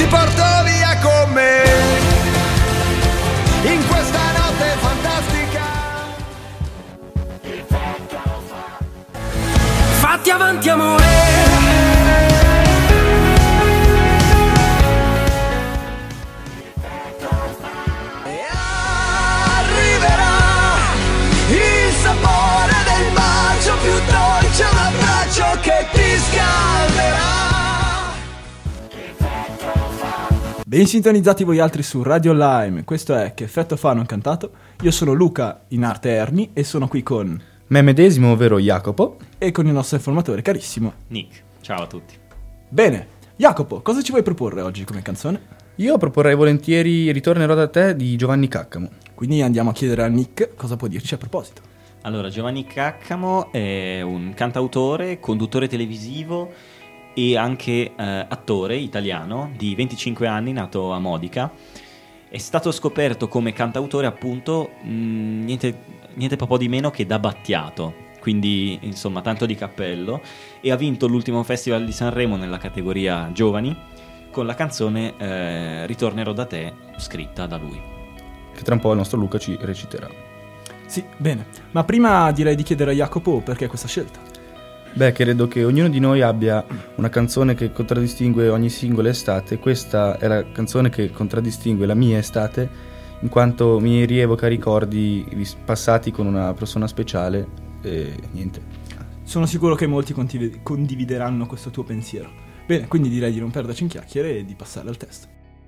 porto via con me in questa notte fantastica. Fatti avanti amore. E arriverà il sapore del bacio più dolce, un abbraccio che ti scalderà. Ben sintonizzati voi altri su Radio Lime, questo è Che effetto fa non cantato. Io sono Luca, in arte Erni, e sono qui con me medesimo, ovvero Jacopo, e con il nostro informatore carissimo Nick. Ciao a tutti. Bene, Jacopo, cosa ci vuoi proporre oggi come canzone? io proporrei volentieri Ritornerò da te di Giovanni Caccamo. Quindi andiamo a chiedere a Nick cosa può dirci a proposito. Allora, Giovanni Caccamo è un cantautore, conduttore televisivo e anche attore italiano di 25 anni, nato a Modica. È stato scoperto come cantautore appunto niente proprio di meno che da Battiato, quindi insomma tanto di cappello, e ha vinto l'ultimo festival di Sanremo nella categoria giovani con la canzone Ritornerò da te, scritta da lui. Che tra un po' il nostro Luca ci reciterà. Sì, bene, ma prima direi di chiedere a Jacopo perché questa scelta. Beh, credo che ognuno di noi abbia una canzone che contraddistingue ogni singola estate. Questa è la canzone che contraddistingue la mia estate, in quanto mi rievoca ricordi passati con una persona speciale e niente. Sono sicuro che molti condivideranno questo tuo pensiero. Bene, quindi direi di non perderci in chiacchiere e di passare al testo.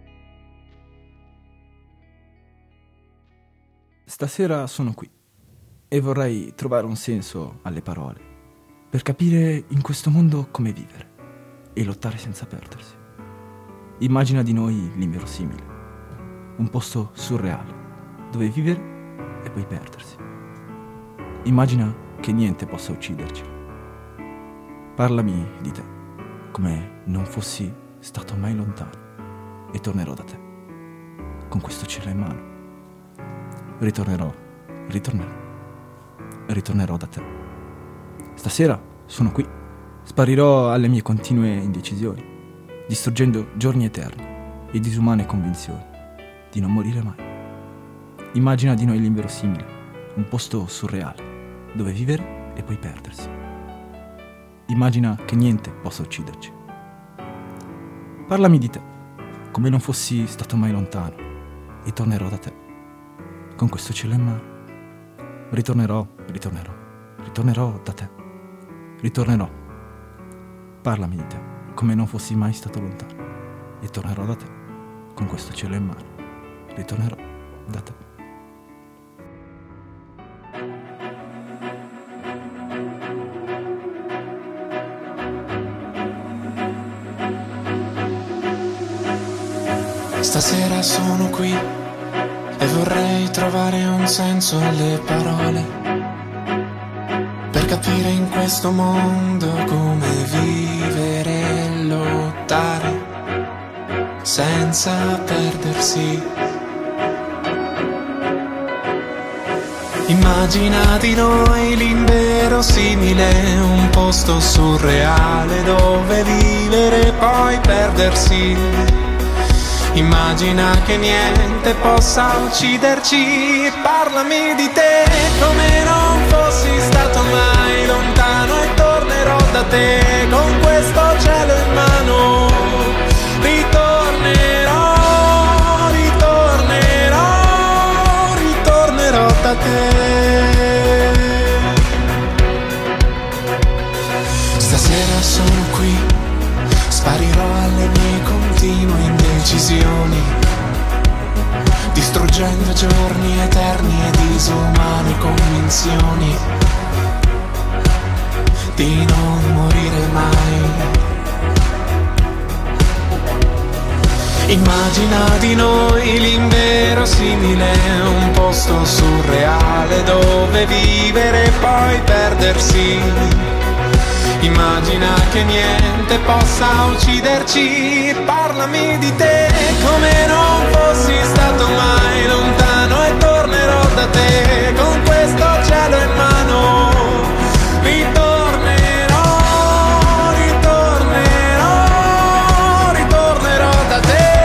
Stasera sono qui e vorrei trovare un senso alle parole, per capire in questo mondo come vivere e lottare senza perdersi. Immagina di noi l'inverosimile, un posto surreale, dove vivere e poi perdersi. Immagina che niente possa ucciderci. Parlami di te, come non fossi stato mai lontano, e tornerò da te, con questo cielo in mano. Ritornerò da te. Stasera sono qui, sparirò alle mie continue indecisioni, distruggendo giorni eterni e disumane convinzioni di non morire mai. Immagina di noi l'inverosimile, un posto surreale, dove vivere e poi perdersi. Immagina che niente possa ucciderci. Parlami di te, come non fossi stato mai lontano, e tornerò da te, con questo cielo in mano. Ritornerò da te. Ritornerò. Parlami di te, come non fossi mai stato lontano, e tornerò da te, con questo cielo in mano. Ritornerò da te. Stasera sono qui e vorrei trovare un senso alle parole, per capire in questo mondo come vivere e lottare senza perdersi. Immagina di noi l'inverosimile, un posto surreale dove vivere e poi perdersi. Immagina che niente possa ucciderci. Parlami di te come non fossi stato mai lontano, e tornerò da te con questo cielo in mano. Ritornerò da te. Stasera sono qui, sparirò alle mie continue indecisioni, distruggendo giorni eterni e disumane convinzioni di non morire mai. Immagina di noi l'inverosimile, un posto surreale dove vivere e poi perdersi. Immagina che niente possa ucciderci. Parlami di te come non fossi stato mai lontano, e tornerò da te con questo cielo in mano. Ritornerò da te.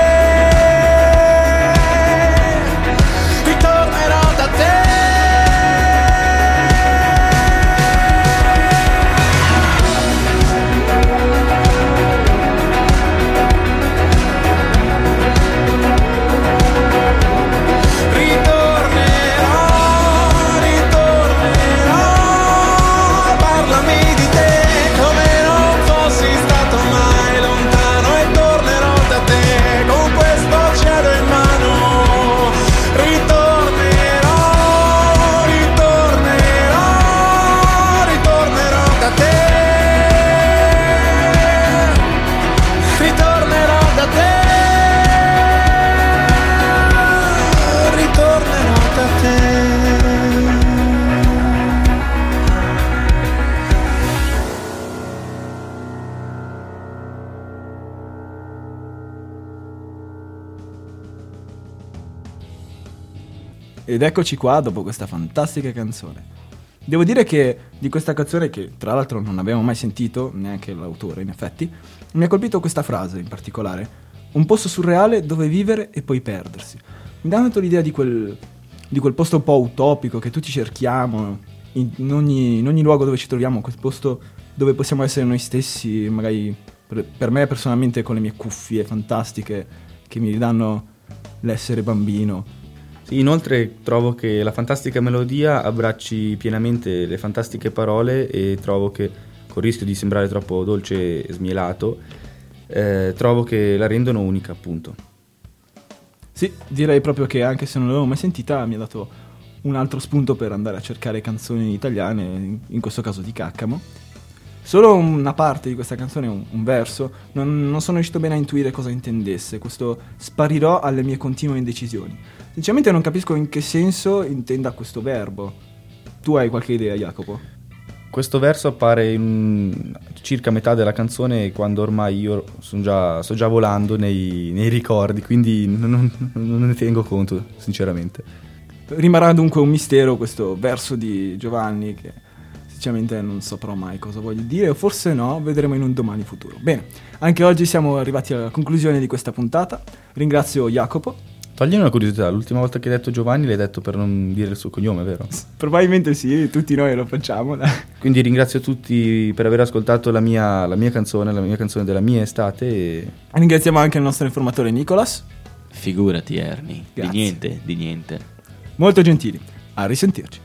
Ed eccoci qua dopo questa fantastica canzone. Devo dire che di questa canzone, che tra l'altro non abbiamo mai sentito, neanche l'autore in effetti, mi ha colpito questa frase in particolare: un posto surreale dove vivere e poi perdersi. Mi dà tanto l'idea di quel posto un po' utopico che tutti cerchiamo, in ogni luogo dove ci troviamo, quel posto dove possiamo essere noi stessi, magari per me personalmente con le mie cuffie fantastiche che mi ridanno l'essere bambino. Sì, inoltre trovo che la fantastica melodia abbracci pienamente le fantastiche parole e trovo che, col rischio di sembrare troppo dolce e smielato, trovo che la rendono unica, appunto. Sì, direi proprio che anche se non l'avevo mai sentita mi ha dato un altro spunto per andare a cercare canzoni italiane, in questo caso di Caccamo. Solo una parte di questa canzone, un verso, non sono riuscito bene a intuire cosa intendesse, questo sparirò alle mie continue indecisioni. Sinceramente non capisco in che senso intenda questo verbo. Tu hai qualche idea, Jacopo? Questo verso appare in circa metà della canzone, quando ormai io sto già volando nei ricordi, quindi non ne tengo conto, sinceramente. Rimarrà dunque un mistero questo verso di Giovanni, che sinceramente non saprò mai cosa voglia dire, o forse no, vedremo in un domani futuro. Bene, anche oggi siamo arrivati alla conclusione di questa puntata. Ringrazio Jacopo. Toglimi una curiosità, l'ultima volta che hai detto Giovanni l'hai detto per non dire il suo cognome, vero? Probabilmente sì, tutti noi lo facciamo. Quindi ringrazio tutti per aver ascoltato la mia canzone, la mia canzone della mia estate. E Ringraziamo anche il nostro informatore Nicolas. Figurati, Ernie. Grazie. Di niente. Molto gentili. A risentirci.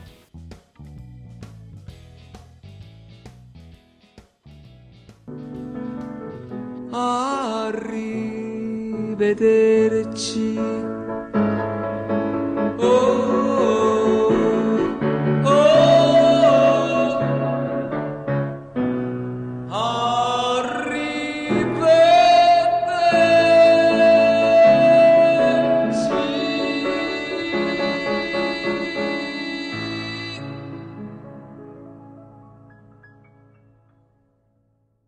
Arrivederci. Oh.